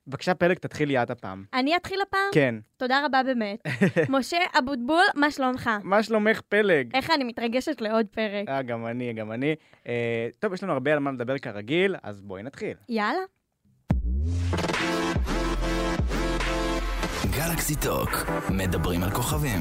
בבקשה פלג, תתחילי את הפעם. אני אתחיל הפעם? כן. תודה רבה באמת. משה אבוטבול, מה שלומך? מה שלומך פלג? איך אני מתרגשת לעוד פרק. גם אני. טוב, יש לנו הרבה על מה לדבר כרגיל, אז בואי נתחיל. יאללה. גלקסי טוק, מדברים על כוכבים.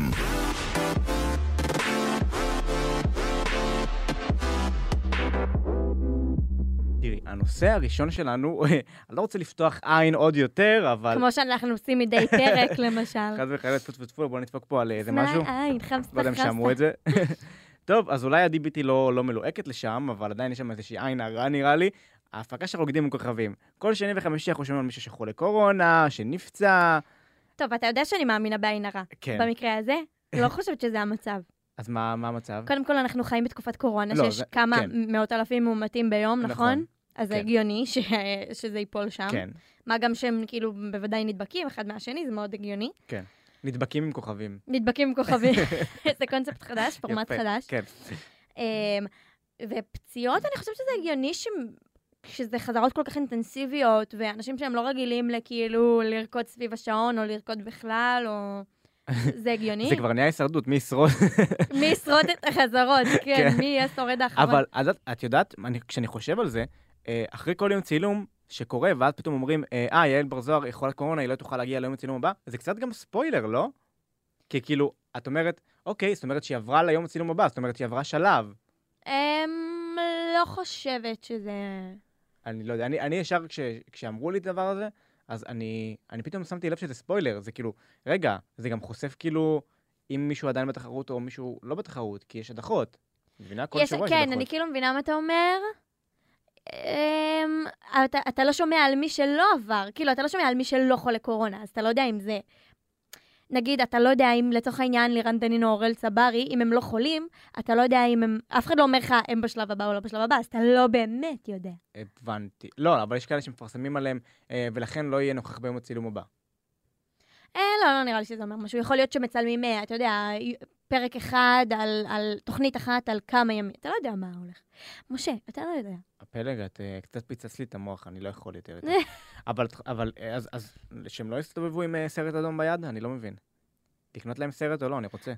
תראי, הנושא הראשון שלנו, אני לא רוצה לפתוח עין עוד יותר, אבל... כמו שאנחנו עושים מדי פרק, למשל. חד וחייבת פוטפוטפול, בואו נדפוק פה על איזה משהו. עין, חמסת לא יודע אם שמעו את זה. טוב, אז אולי ה-DBT לא מלואקת לשם, אבל עדיין יש שם איזושהי עין הרע נראה לי. ההפקה של רוקדים עם כוכבים. כל שני וחמישי אנחנו שומעים על מישהו שחולה קורונה, שנפצע. טוב, אתה יודע שאני מאמינה בעין הרע. כן. במקרה הזה, לא חושבת שזה המצב. אז מה המצב? קודם כל, אנחנו חיים בתקופת קורונה, לא, שיש כמה מאות אלפים מאומתים ביום, נכון? אז זה כן. הגיוני שזה ייפול שם. כן. מה גם שהם כאילו בוודאי נדבקים אחד מהשני, זה מאוד הגיוני. כן. נדבקים עם כוכבים. נדבקים עם כוכבים. זה קונספט חדש, פורמט חדש. כן. ופציעות, אני חושבת שזה הגיוני שזה חזרות כל כך אינטנסיביות, ואנשים שהם לא רגילים לכאילו לרקוד סביב השעון, או לרקוד בכלל, או... זה הגיוני. זה כבר נהיה הישרדות, מי ישרוד? מי ישרוד את החזרות, כן, מי יהיה שורד האחרון. אבל את יודעת, כשאני חושב על זה, אחרי כל יום צילום שקורה, ואז פתאום אומרים, יעל בר זוהר יכולה קורונה, היא לא תוכל להגיע ליום הצילום הבא, זה קצת גם ספוילר, לא? כי כאילו, את אומרת, אוקיי, זאת אומרת שהיא עברה ליום הצילום הבא, זאת אומרת שהיא עברה שלב. לא חושבת שזה... אני לא יודע, אני ישר, כשאמרו לי את הדבר הזה, אז אני פתאום שמתי לב שזה ספוילר, זה כאילו, רגע, זה גם חושף כאילו, אם מישהו עדיין בתחרות או מישהו לא בתחרות, כי יש הדחות. מבינה? כל שבוע יש הדחות. כן, אני כאילו מבינה מה אתה אומר. אתה לא שומע על מי שלא עבר, כאילו, אתה לא שומע על מי שלא חולה קורונה, אז אתה לא יודע אם זה... נגיד, אתה לא יודע אם לצורך העניין לירן דנינו או אורל צברי, אם הם לא חולים, אתה לא יודע אם הם... אף אחד לא אומר לך, הם בשלב הבא או לא בשלב הבא, אז אתה לא באמת יודע. הבנתי. לא, אבל יש כאלה שמפרסמים עליהם, ולכן לא יהיה נוכח ביום הצילום הבא. לא נראה לי שזה אומר משהו. יכול להיות שמצלמים, אתה יודע, פרק אחד על תוכנית אחת על כמה ימים. אתה לא יודע מה הולך. משה, אתה לא יודע. הפלג, את קצת פיצץ לי את המוח, אני לא יכול יותר. אבל, אז שהם לא יסתובבו עם סרט אדום ביד? אני לא מבין. לקנות להם סרט או לא? אני רוצה.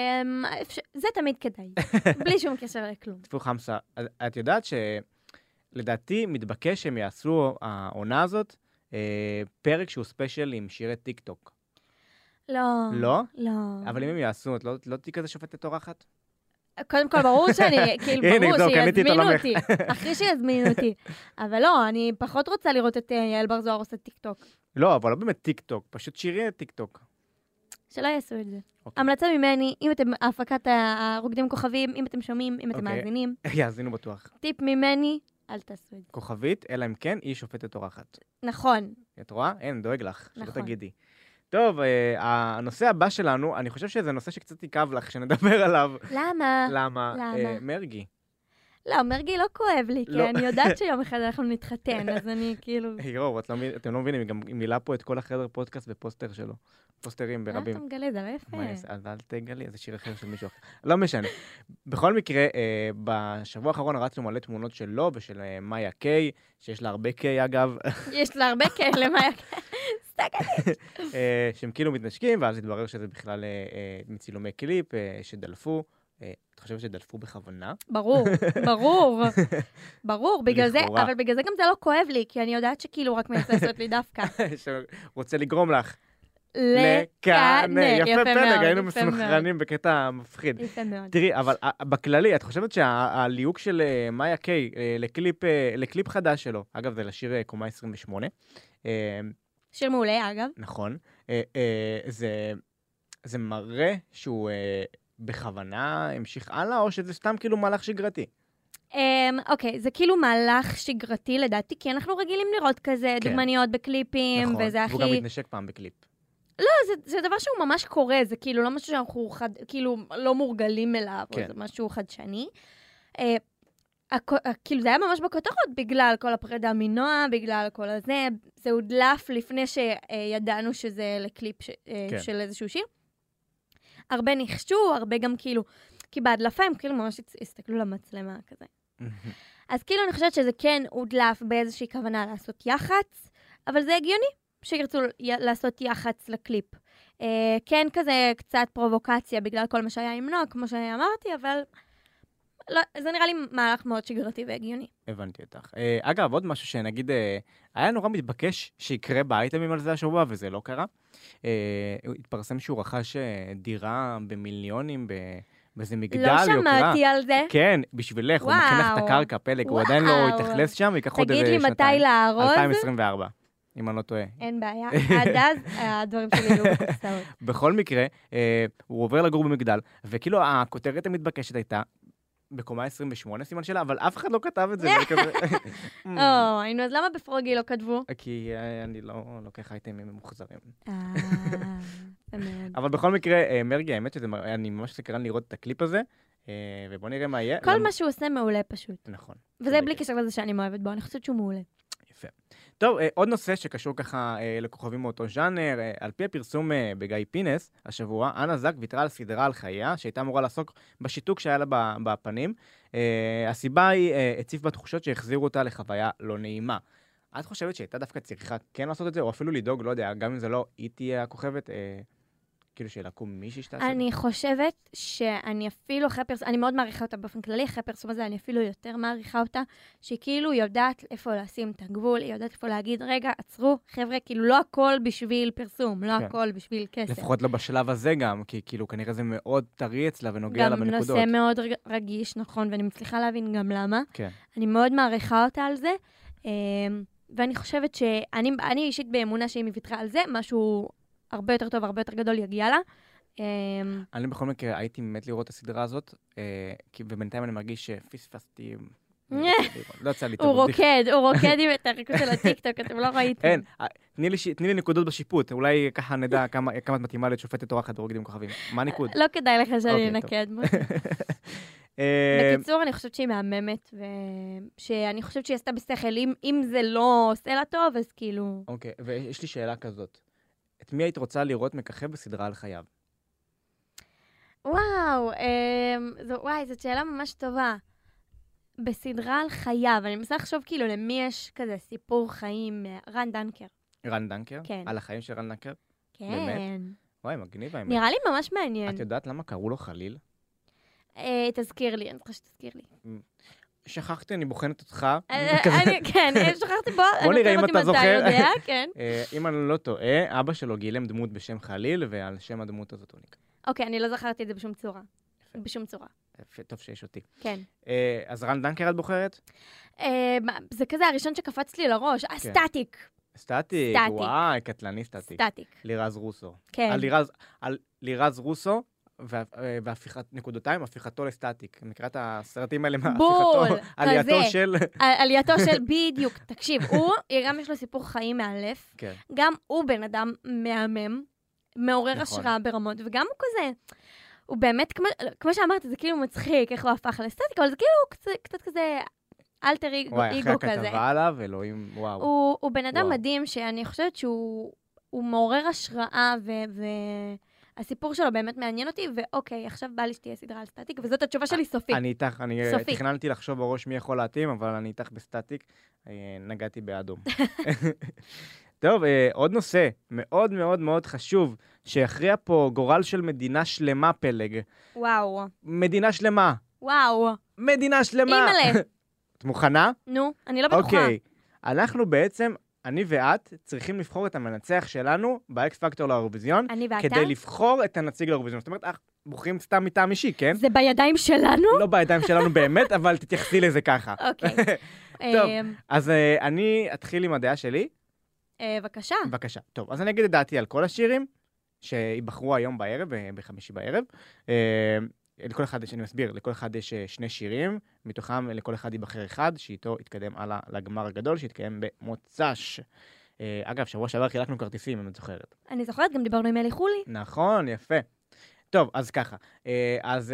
זה תמיד כדאי. בלי שום קשר לכלום. תפו חמסה. את יודעת שלדעתי מתבקש שהם יעשו העונה הזאת פרק שהוא ספיישל עם שירי טיק טוק. לא. לא? לא. אבל אם הם יעשו, את לא תהיי כזה שופטת אורחת? קודם כל, ברור שאני, כאילו, ברור שיזמינו אותי. אחרי שיזמינו אותי. אבל לא, אני פחות רוצה לראות את יעל בר זוהר עושה טיק טוק. לא, אבל לא באמת טיק טוק, פשוט שירי טיק טוק. שלא יעשו את זה. המלצה ממני, אם אתם, הפקת הרוקדים כוכבים, אם אתם שומעים, אם אתם מאזינים. יאזינו בטוח. טיפ ממני, אל תעשו את זה. כוכבית, אלא אם כן, היא שופטת אורחת. נכון. את רואה? אין, דואג לך, שלא נכון. תגידי. טוב, הנושא הבא שלנו, אני חושב שזה נושא שקצת יכאב לך, שנדבר עליו. למה? למה? מרגי. לא, מרגי לא כואב לי, כי אני יודעת שיום אחד אנחנו נתחתן, אז אני כאילו... יואו, אתם לא מבינים, היא גם מילה פה את כל החדר פודקאסט ופוסטר שלו. פוסטרים ברבים. אתה מגלה, זה לא יפה. אז אל תגלי, זה שיר אחר של מישהו אחר. לא משנה. בכל מקרה, בשבוע האחרון רצנו מלא תמונות שלו ושל מאיה קיי, שיש לה הרבה קיי אגב. יש לה הרבה קיי למאיה קיי. סתגלית. שהם כאילו מתנשקים, ואז התברר שזה בכלל מצילומי קליפ שדלפו. את חושבת שדלפו בכוונה? ברור, ברור. ברור, בגלל זה, אבל בגלל זה גם זה לא כואב לי, כי אני יודעת שכאילו רק מנסה לעשות לי דווקא. שרוצה לגרום לך. לקנה. יפה פלג, היינו מסונכרנים בקטע מפחיד. יפה מאוד. תראי, אבל בכללי, את חושבת שהליהוק של מאיה קיי לקליפ חדש שלו, אגב, זה לשיר קומה 28. שיר מעולה, אגב. נכון. זה מראה שהוא בכוונה המשיך הלאה, או שזה סתם כאילו מהלך שגרתי? אוקיי, זה כאילו מהלך שגרתי לדעתי, כי אנחנו רגילים לראות כזה דוגמניות בקליפים, וזה הכי... נכון, והוא גם מתנשק פעם בקליפ. לא, זה דבר שהוא ממש קורה, זה כאילו לא משהו שאנחנו כאילו לא מורגלים אליו, או זה משהו חדשני. כאילו זה היה ממש בכותרות בגלל כל הפרידה מנועה, בגלל כל הזה, זה הודלף לפני שידענו שזה לקליפ של איזשהו שיר. הרבה נחשו, הרבה גם כאילו, כי בהדלפה הם כאילו ממש הסתכלו למצלמה כזה. אז כאילו אני חושבת שזה כן הודלף באיזושהי כוונה לעשות יח"צ, אבל זה הגיוני. שירצו לעשות יח"צ לקליפ. כן, כזה קצת פרובוקציה בגלל כל מה שהיה עם נועה, כמו שאמרתי, אבל לא, זה נראה לי מהלך מאוד שגרתי והגיוני. הבנתי אותך. אגב, עוד משהו שנגיד, היה נורא מתבקש שיקרה באייטמים על זה השבוע, וזה לא קרה. התפרסם שהוא רכש דירה במיליונים באיזה מגדל יוקרה. לא שמעתי על זה. כן, בשבילך, הוא מכנס את הקרקע, פלג, הוא עדיין לא התאכלס שם, ייקח עוד איזה שנתיים. תגיד לי מתי לארוז? 2024, אם אני לא טועה. אין בעיה, עד אז הדברים שלי יהיו בקופסאות. בכל מקרה, הוא עובר לגור במגדל, וכאילו הכותרת המתבקשת הייתה, בקומה 28 סימן שלה, אבל אף אחד לא כתב את זה. אז למה בפרוגי לא כתבו? כי אני לא לוקח אייטמים ממוחזרים. אבל בכל מקרה, מרגי, האמת שאני ממש סקרן לראות את הקליפ הזה, ובוא נראה מה יהיה. כל מה שהוא עושה מעולה פשוט. נכון. וזה בלי קשר לזה שאני מאוהבת בו, אני חושבת שהוא מעולה. יפה. טוב, עוד נושא שקשור ככה לכוכבים מאותו ז'אנר, על פי הפרסום בגיא פינס השבוע, אנה זק ויתרה על סדרה על חייה, שהייתה אמורה לעסוק בשיתוק שהיה לה בפנים. הסיבה היא הציף בתחושות שהחזירו אותה לחוויה לא נעימה. את חושבת שהייתה דווקא צריכה כן לעשות את זה, או אפילו לדאוג, לא יודע, גם אם זה לא, היא תהיה הכוכבת, כאילו שילקום מישהי שתעשה? אני חושבת שאני אפילו אחרי פרסום, אני מאוד מעריכה אותה באופן כללי, אחרי פרסום הזה אני אפילו יותר מעריכה אותה, שהיא כאילו יודעת איפה לשים את הגבול, היא יודעת איפה להגיד, רגע, עצרו, חבר'ה, כאילו לא הכל בשביל פרסום, לא הכל בשביל כסף. לפחות לא בשלב הזה גם, כי כאילו כנראה זה מאוד טרי אצלה ונוגע לה בנקודות. גם נושא מאוד רגיש, נכון, ואני מצליחה להבין גם למה. כן. אני מאוד מעריכה אותה על זה, ואני חושבת שאני אישית באמונה שהיא מוותרה על זה, משהו הרבה יותר טוב, הרבה יותר גדול יגיע לה. אני בכל מקרה הייתי מת לראות את הסדרה הזאת, ובינתיים אני מרגיש שפספסתי, לא יצא לי טוב. הוא רוקד עם את הריקוד של הטיקטוק, אתם לא ראיתם. אין, תני לי נקודות בשיפוט, אולי ככה נדע כמה את מתאימה להיות שופטת אורחת ברוקדים כוכבים. מה הניקוד? לא כדאי לך שאני אנקד. בקיצור, אני חושבת שהיא מהממת, ושאני חושבת שהיא עשתה בשכל, אם זה לא עושה לה טוב, אז כאילו... אוקיי, ויש לי שאלה כזאת. את מי היית רוצה לראות מככב בסדרה על חייו? וואו, זאת שאלה ממש טובה. בסדרה על חייו, אני מנסה לחשוב כאילו למי יש כזה סיפור חיים, רן דנקר. רן דנקר? כן. על החיים של רן דנקר? כן. באמת? וואי, מגניב האמת. נראה לי ממש מעניין. את יודעת למה קראו לו חליל? תזכיר לי, אני צריכה שתזכיר לי. שכחתי, אני בוחנת אותך. כן, שכחתי בו. בוא נראה אם אתה זוכר. כן. אם אני לא טועה, אבא שלו גילם דמות בשם חליל, ועל שם הדמות הזאת הוא נקרא. אוקיי, אני לא זכרתי את זה בשום צורה. בשום צורה. טוב שיש אותי. כן. אז רן דנקר את בוחרת? זה כזה הראשון שקפץ לי לראש. סטטיק. סטטיק, וואי, קטלני סטטיק. סטטיק. לירז רוסו. כן. על לירז רוסו, והפיכת נקודותיים, הפיכתו לסטטיק. נקרא את הסרטים האלה מהפיכתו, עלייתו של... עלייתו של בדיוק. תקשיב, הוא, גם יש לו סיפור חיים מאלף, גם הוא בן אדם מהמם, מעורר השראה ברמות, וגם הוא כזה, הוא באמת, כמו שאמרת, זה כאילו מצחיק, איך הוא הפך לסטטיק, אבל זה כאילו קצת כזה אלטר איגו כזה. וואי, אחרי הכתבה עליו, אלוהים, וואו. הוא בן אדם מדהים, שאני חושבת שהוא מעורר השראה, הסיפור שלו באמת מעניין אותי, ואוקיי, עכשיו בא לי שתהיה סדרה על סטטיק, וזאת התשובה שלי סופית. אני איתך, אני תכננתי לחשוב בראש מי יכול להתאים, אבל אני איתך בסטטיק, נגעתי באדום. טוב, עוד נושא מאוד מאוד מאוד חשוב, שיכריע פה גורל של מדינה שלמה, פלג. וואו. מדינה שלמה. וואו. מדינה שלמה. אימא'לה. את מוכנה? נו, אני לא בטוחה. אוקיי, אנחנו בעצם... אני ואת צריכים לבחור את המנצח שלנו באקס פקטור לאירוויזיון, כדי לבחור את הנציג לאירוויזיון. זאת אומרת, בוחרים סתם מטעם אישי, כן? זה בידיים שלנו? לא בידיים שלנו באמת, אבל תתייחסי לזה ככה. אוקיי. טוב, אז אני אתחיל עם הדעה שלי. בבקשה. בבקשה. טוב, אז אני אגיד את דעתי על כל השירים, שיבחרו היום בערב, בחמישי בערב. לכל אחד, אני מסביר, לכל אחד יש שני שירים, מתוכם לכל אחד ייבחר אחד, שאיתו יתקדם הלאה לגמר הגדול, שיתקיים במוצ"ש. אגב, שבוע שעבר חילקנו כרטיסים, אם את זוכרת. אני זוכרת, גם דיברנו עם אלי חולי. נכון, יפה. טוב, אז ככה. אז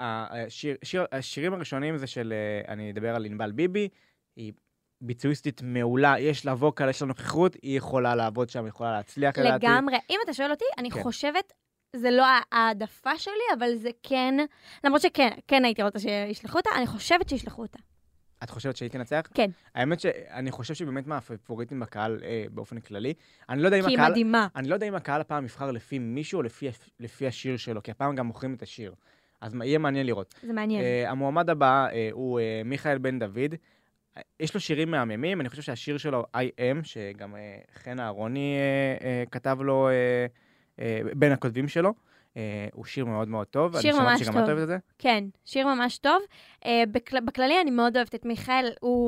השירים הראשונים זה של, אני אדבר על ענבל ביבי, היא ביצועיסטית מעולה, יש לה ווקל, יש לה נוכחות, היא יכולה לעבוד שם, היא יכולה להצליח לדעתי. לגמרי. אם אתה שואל אותי, אני חושבת... זה לא העדפה שלי, אבל זה כן, למרות שכן הייתי רוצה שישלחו אותה, אני חושבת שישלחו אותה. את חושבת שהיא תנצח? כן. האמת שאני חושב שבאמת מהפייבוריטים בקהל באופן כללי. אני לא יודע אם כי היא הקהל... מדהימה. אני לא יודע אם הקהל הפעם יבחר לפי מישהו או לפי השיר שלו, כי הפעם גם מוכרים את השיר. אז יהיה מעניין לראות. זה מעניין. המועמד הבא הוא מיכאל בן דוד. יש לו שירים מהממים, אני חושב שהשיר שלו, I am, שגם חן אהרוני כתב לו בין הכותבים שלו, הוא שיר מאוד מאוד טוב. שיר ממש טוב. שגם את אוהבת את זה? כן, שיר ממש טוב. בכללי אני מאוד אוהבת את מיכאל,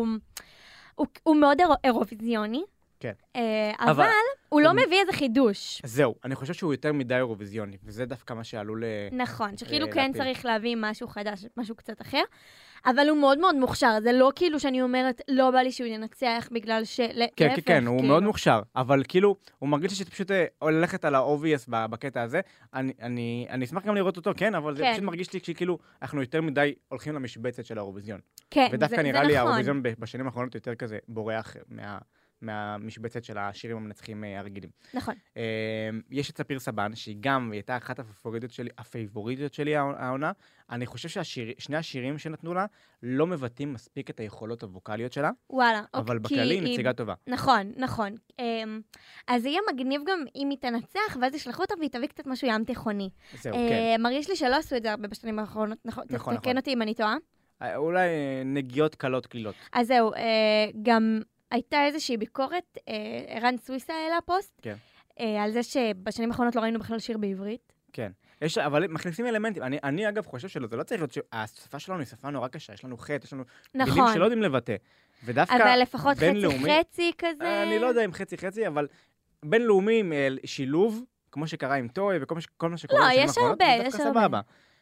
הוא מאוד אירוויזיוני. כן. אבל הוא לא מביא איזה חידוש. זהו, אני חושב שהוא יותר מדי אירוויזיוני, וזה דווקא מה שעלול... נכון, שכאילו כן צריך להביא משהו חדש, משהו קצת אחר, אבל הוא מאוד מאוד מוכשר, זה לא כאילו שאני אומרת, לא בא לי שהוא ינצח בגלל כן, כן, הוא מאוד מוכשר, אבל כאילו, הוא מרגיש לי שפשוט הולכת על ה-obvious בקטע הזה, אני אשמח גם לראות אותו, כן, אבל זה פשוט מרגיש לי שכאילו, אנחנו יותר מדי הולכים למשבצת של האירוויזיון. כן, זה נכון. ודווקא נראה לי האירוויזיון בשנים האחרונות יותר כזה בורח מהמשבצת של השירים המנצחים הרגילים. נכון. יש את ספיר סבן, שהיא גם, היא הייתה אחת הפייבוריטיות שלי העונה. אני חושב ששני השירים שנתנו לה לא מבטאים מספיק את היכולות הווקליות שלה. וואלה. אבל בכללי היא נציגה טובה. נכון, נכון. אז יהיה מגניב גם אם היא תנצח, ואז ישלחו אותה והיא תביא קצת משהו ים תיכוני. זהו, כן. מרגיש לי שלא עשו את זה הרבה בשנים האחרונות. נכון. תקן אותי אם אני טועה. אולי נגיעות קלות קלילות. אז זהו, גם... הייתה איזושהי ביקורת, ערן סוויסה העלה פוסט, כן. על זה שבשנים האחרונות לא ראינו בכלל שיר בעברית. כן. אבל מכניסים אלמנטים. אני אגב חושב שלא, זה לא צריך להיות שהשפה שלנו היא שפה נורא קשה, יש לנו חטא, יש לנו מילים שלא יודעים לבטא. ודווקא אבל לפחות חצי כזה... אני לא יודע אם חצי, אבל בינלאומי עם שילוב, כמו שקרה עם טוי וכל מה שקורה בשנים האחרונות, לא, יש הרבה.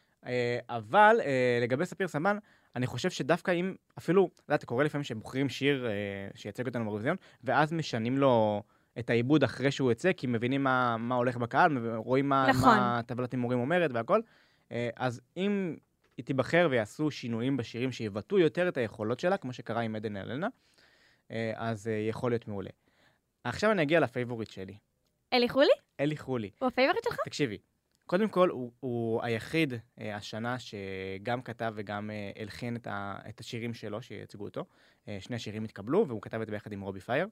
אבל לגבי ספיר סבן, אני חושב שדווקא אם, אפילו, אתה קורא לפעמים שבוחרים שיר שייצג אותנו באירוויזיון, ואז משנים לו את העיבוד אחרי שהוא יצא, כי מבינים מה הולך בקהל, רואים מה טבלת הימורים אומרת והכל. אז אם היא תיבחר ויעשו שינויים בשירים שיבטאו יותר את היכולות שלה, כמו שקרה עם עדן אלנה, אז יכול להיות מעולה. עכשיו אני אגיע לפייבוריט שלי. אלי חולי? אלי חולי. הוא הפייבוריט שלך? תקשיבי. קודם כל, הוא היחיד השנה שגם כתב וגם הלחין את השירים שלו שיציגו אותו. שני השירים התקבלו, והוא כתב את זה ביחד עם רובי פייר.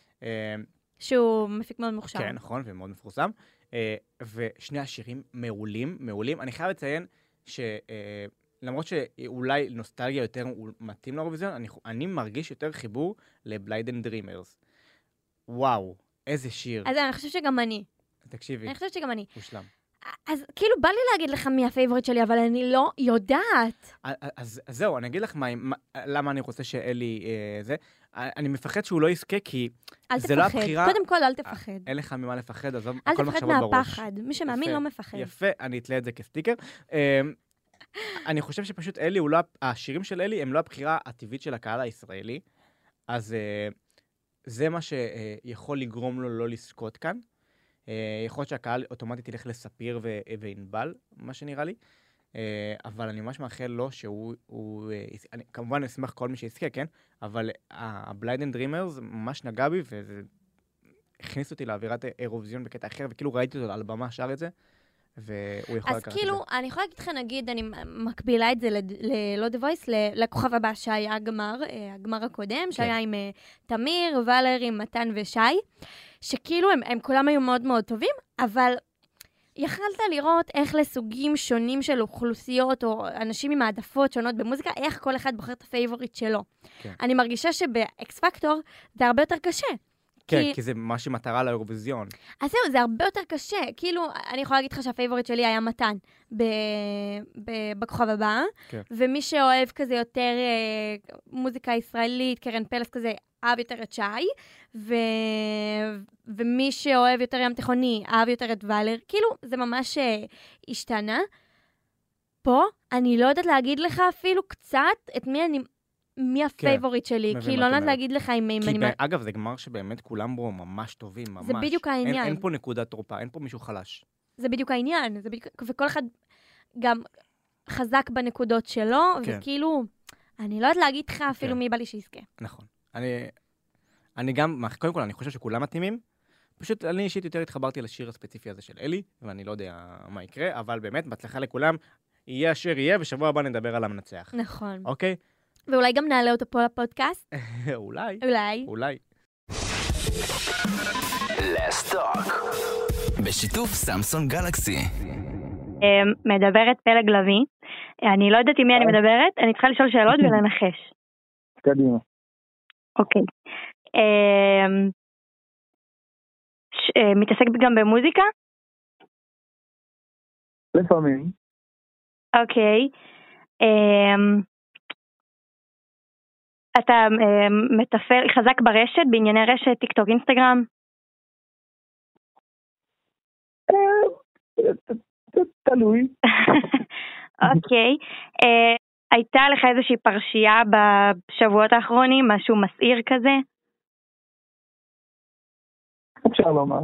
שהוא מפיק מאוד מוכשר. כן, נכון, ומאוד מפורסם. ושני השירים מעולים. אני חייב לציין שלמרות שאולי נוסטלגיה יותר מתאים לאירוויזיון, אני מרגיש יותר חיבור לבלייד אנד דרימרס. וואו, איזה שיר. אז אני חושבת שגם אני. תקשיבי. אני חושבת שגם אני. מושלם. אז כאילו בא לי להגיד לך מי הפייבוריט שלי, אבל אני לא יודעת. אז זהו, אני אגיד לך למה אני רוצה שאלי זה. אני מפחד שהוא לא יזכה, כי זה לא הבחירה... קודם כל, אל תפחד. אין לך ממה לפחד, אז אל הכל מחשבות בראש. תפחד מהפחד. מי שמאמין לא מפחד. יפה, אני אתלה את זה כסטיקר. אני חושב שפשוט אלי, השירים של אלי הם לא הבחירה הטבעית של הקהל הישראלי, אז זה מה שיכול לגרום לו לא לזכות כאן. יכול להיות שהקהל אוטומטית ילך לספיר וינבל, מה שנראה לי, אבל אני ממש מאחל לו שהוא, אני כמובן אשמח כל מי שיזכה, כן? אבל הבלייד אנד דרימרס ממש נגע בי, וזה הכניס אותי לאווירת אירוויזיון בקטע אחר, וכאילו ראיתי אותו על במה שר את זה, והוא יכול לקחת את זה. אז כאילו, אני יכולה להגיד לך, נגיד, אני מקבילה את זה לא The Voice, לכוכב הבא שהיה הגמר הקודם, שהיה עם תמיר, ולרי, מתן ושי, שכאילו הם כולם היו מאוד מאוד טובים, אבל יכלת לראות איך לסוגים שונים של אוכלוסיות, או אנשים עם העדפות שונות במוזיקה, איך כל אחד בוחר את הפייבוריט שלו. כן. אני מרגישה שבאקס פקטור זה הרבה יותר קשה. כן, כי זה ממש מטרה לאירוויזיון. אז זהו, זה הרבה יותר קשה. כאילו, אני יכולה להגיד לך שהפייבוריט שלי היה מתן בכוכב הבא, כן. ומי שאוהב כזה יותר מוזיקה ישראלית, קרן פלס כזה, אהב יותר את שי, ומי שאוהב יותר ים תיכוני, אהב יותר את ולר. כאילו, זה ממש השתנה. פה, אני לא יודעת להגיד לך אפילו קצת את מי הפייבוריט שלי, כי לא יודעת להגיד לך אם אני... אגב, זה גמר שבאמת כולם בו ממש טובים, ממש. זה בדיוק העניין. אין פה נקודת תורפה, אין פה מישהו חלש. זה בדיוק העניין, וכל אחד גם חזק בנקודות שלו, וכאילו, אני לא יודעת להגיד לך אפילו מי בא לי שיזכה. נכון. אני גם, קודם כל, אני חושב שכולם מתאימים, פשוט אני אישית יותר התחברתי לשיר הספציפי הזה של אלי, ואני לא יודע מה יקרה, אבל באמת, בהצלחה לכולם, יהיה אשר יהיה, ושבוע הבא נדבר על המנצח. נכון. אוקיי? ואולי גם נעלה אותו פה לפודקאסט. אולי. Let's talk. בשיתוף סמסונג גלקסי. מדברת פלג לוי. אני לא יודעת עם מי אני מדברת, אני צריכה לשאול שאלות ולנחש. קדימה. אוקיי. מתעסק גם במוזיקה? לפעמים. אוקיי. אתה מטפל חזק ברשת, בענייני רשת, טיק טוק, אינסטגרם? תלוי. אוקיי. הייתה לך איזושהי פרשייה בשבועות האחרונים, משהו מסעיר כזה? אפשר לומר.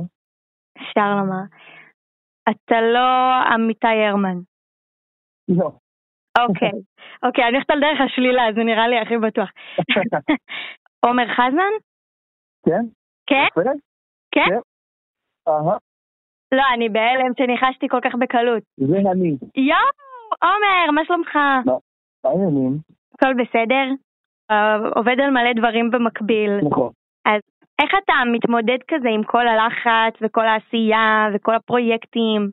אתה לא אמיתי הרמן. לא. אוקיי, אני הולכת על דרך השלילה, זה נראה לי הכי בטוח. עומר חזן? כן. כן? כן? לא, אני בהלם שניחשתי כל כך בקלות. זה אני. עומר, מה שלומך? העניינים. הכל בסדר? עובד על מלא דברים במקביל. נכון. אז איך אתה מתמודד כזה עם כל הלחץ וכל העשייה וכל הפרויקטים?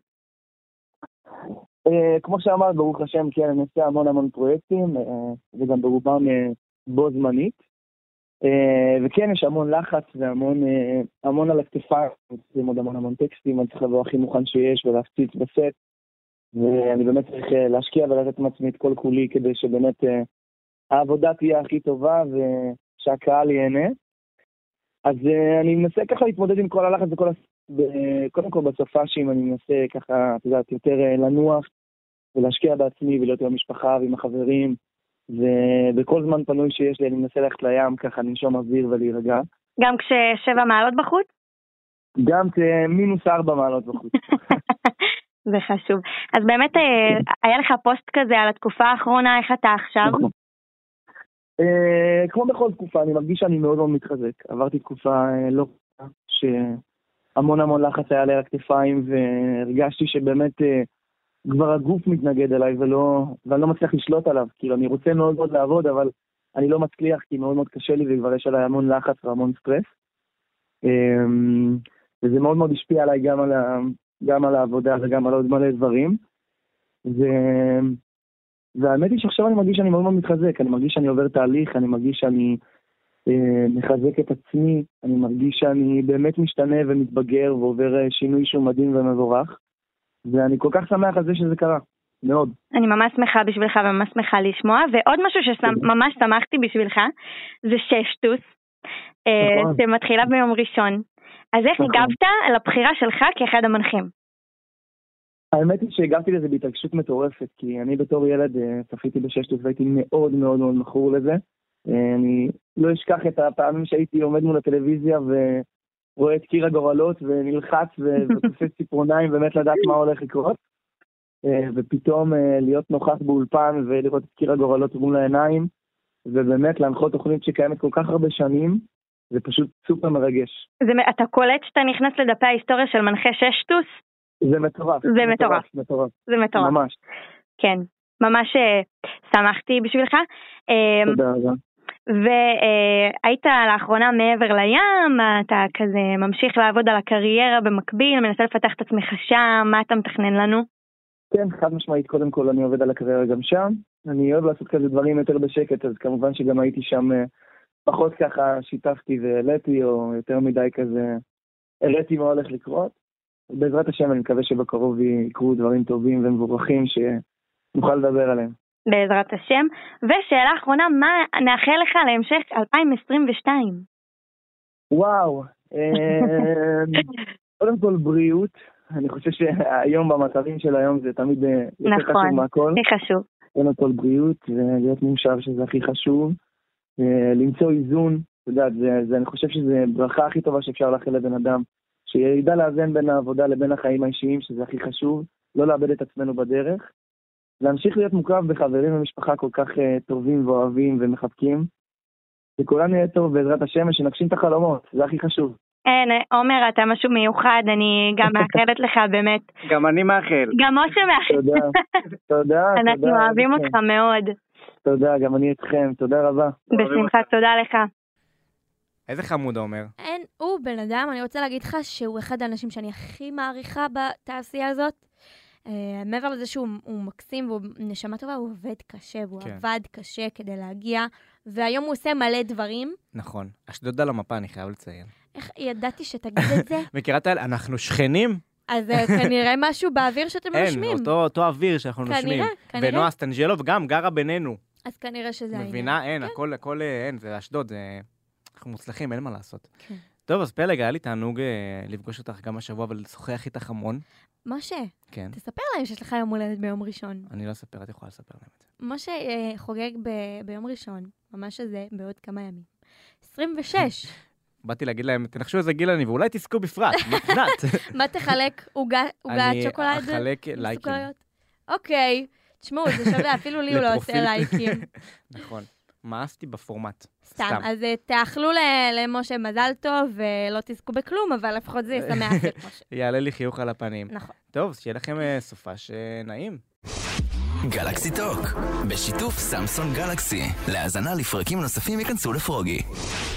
כמו שאמרת, ברוך השם, כן, אני עושה המון פרויקטים, וגם ברובם בו זמנית. וכן, יש המון לחץ והמון על הכתפיים, עושים עוד המון טקסטים, אני צריך לבוא הכי מוכן שיש ולהפציץ בסט, ואני באמת צריך להשקיע ולתת מעצמי את כל כולי כדי שבאמת העבודה תהיה הכי טובה ושהקהל ייהנה. אז אני מנסה ככה להתמודד עם כל הלחץ קודם כל בשפה שאם אני מנסה ככה, את יודעת, יותר לנוח ולהשקיע בעצמי ולהיות עם המשפחה ועם החברים, ובכל זמן פנוי שיש לי אני מנסה ללכת לים ככה, לנשום אוויר ולהירגע. גם כש7 מעלות בחוץ? גם כ-4 מעלות בחוץ. זה חשוב. אז באמת היה לך פוסט כזה על התקופה האחרונה, איך אתה עכשיו? כמו בכל תקופה, אני מרגיש שאני מאוד מתחזק. עברתי תקופה לא קטנה, שהמון לחץ היה לי על הכתפיים, והרגשתי שבאמת כבר הגוף מתנגד אליי, ואני לא מצליח לשלוט עליו. כאילו, אני רוצה מאוד לעבוד, אבל אני לא מצליח, כי מאוד קשה לי, וכבר יש עליי המון לחץ והמון סטרס. וזה מאוד השפיע עליי גם על העבודה וגם על עוד מלא דברים. והאמת היא שעכשיו אני מרגיש שאני מאוד מתחזק, אני מרגיש שאני עובר תהליך, אני מרגיש שאני מחזק את עצמי, אני מרגיש שאני באמת משתנה ומתבגר ועובר שינוי שהוא מדהים ומבורך, ואני כל כך שמח על זה שזה קרה, מאוד. אני ממש שמחה בשבילך וממש שמחה לשמוע, ועוד משהו שממש שמחתי בשבילך, זה ששטוס, שמתחילה ביום ראשון. אז איך הגבת על הבחירה שלך כאחד המנחים? האמת היא שהגעתי לזה בהתרגשות מטורפת, כי אני בתור ילד צפיתי בששטוס והייתי מאוד מכור לזה. אני לא אשכח את הפעמים שהייתי עומד מול הטלוויזיה ורואה את קיר הגורלות ונלחץ ותופס ציפורניים באמת לדעת מה הולך לקרות. ופתאום להיות נוכח באולפן ולראות את קיר הגורלות מול העיניים, ובאמת להנחות תוכנית שקיימת כל כך הרבה שנים, זה פשוט סופר מרגש. אתה קולט שאתה נכנס לדפי ההיסטוריה של מנחה ששטוס? זה מטורף. זה מטורף. ממש. כן, ממש שמחתי בשבילך. תודה רבה. והיית לאחרונה מעבר לים, אתה כזה ממשיך לעבוד על הקריירה במקביל, מנסה לפתח את עצמך שם, מה אתה מתכנן לנו? כן, חד משמעית, קודם כל אני עובד על הקריירה גם שם. אני אוהב לעשות כזה דברים יותר בשקט, אז כמובן שגם הייתי שם פחות ככה שיתפתי והעליתי, או יותר מדי כזה העליתי מה הולך לקרות. בעזרת השם אני מקווה שבקרוב יקרו דברים טובים ומבורכים שנוכל לדבר עליהם. בעזרת השם. ושאלה אחרונה, מה נאחל לך להמשך 2022? וואו. קודם כל בריאות. אני חושב שהיום במצבים של היום זה תמיד יותר חשוב מהכל. נכון, זה חשוב. קודם כל בריאות ולהיות מאושר שזה הכי חשוב. למצוא איזון, אתה יודע, אני חושב שזה ברכה הכי טובה שאפשר לאחל לבן אדם. שידע לאזן בין העבודה לבין החיים האישיים, שזה הכי חשוב, לא לאבד את עצמנו בדרך, להמשיך להיות מוקרב בחברים ומשפחה כל כך טובים ואוהבים ומחבקים, וכולנו יהיה טוב בעזרת השם, שנגשים את החלומות, זה הכי חשוב. אין, עומר, אתה משהו מיוחד, אני גם מאחלת לך באמת. גם אני מאחל. גם משה מאחל. תודה. אנחנו אוהבים אותך מאוד. תודה, גם אני אתכם, תודה רבה. בשמחה, תודה לך. איזה חמוד אומר. הוא בן אדם, אני רוצה להגיד לך שהוא אחד האנשים שאני הכי מעריכה בתעשייה הזאת. מעבר לזה שהוא מקסים והוא נשמה טובה, הוא עובד קשה, והוא עבד קשה כדי להגיע, והיום הוא עושה מלא דברים. נכון. אשדוד על המפה, אני חייב לציין. איך ידעתי שתגיד את זה? מכירה את האלה? אנחנו שכנים? אז כנראה משהו באוויר שאתם נושמים. אין, אותו אוויר שאנחנו נושמים. כנראה. ונועה סטנג'לוב גם גרה בינינו. אז כנראה שזה העניין. מבינה? אין, הכל אין, זה אשדוד, אנחנו מוצלחים, אין מה לעשות. טוב, אז פלג, היה לי תענוג לפגוש אותך גם השבוע, אבל לשוחח איתך המון. משה, כן. תספר להם שיש לך יום הולדת ביום ראשון. אני לא אספר, את יכולה לספר להם את זה. משה חוגג ביום ראשון, ממש הזה, בעוד כמה ימים. 26. באתי להגיד להם, תנחשו איזה גיל אני, ואולי תזכו בפרט, מתנת. מה תחלק? עוגת שוקולד? אני אחלק לייקים. אוקיי, תשמעו, זה שווה, אפילו לי הוא לא עושה לייקים. נכון. מאסתי בפורמט. סתם, אז תאכלו למשה מזל טוב, ולא תזכו בכלום, אבל לפחות זה ישמח את משה. יעלה לי חיוך על הפנים. נכון. טוב, שיהיה לכם סופש נעים. גלקסי טוק, בשיתוף סמסון גלקסי. להאזנה לפרקים נוספים ייכנסו לפרוגי.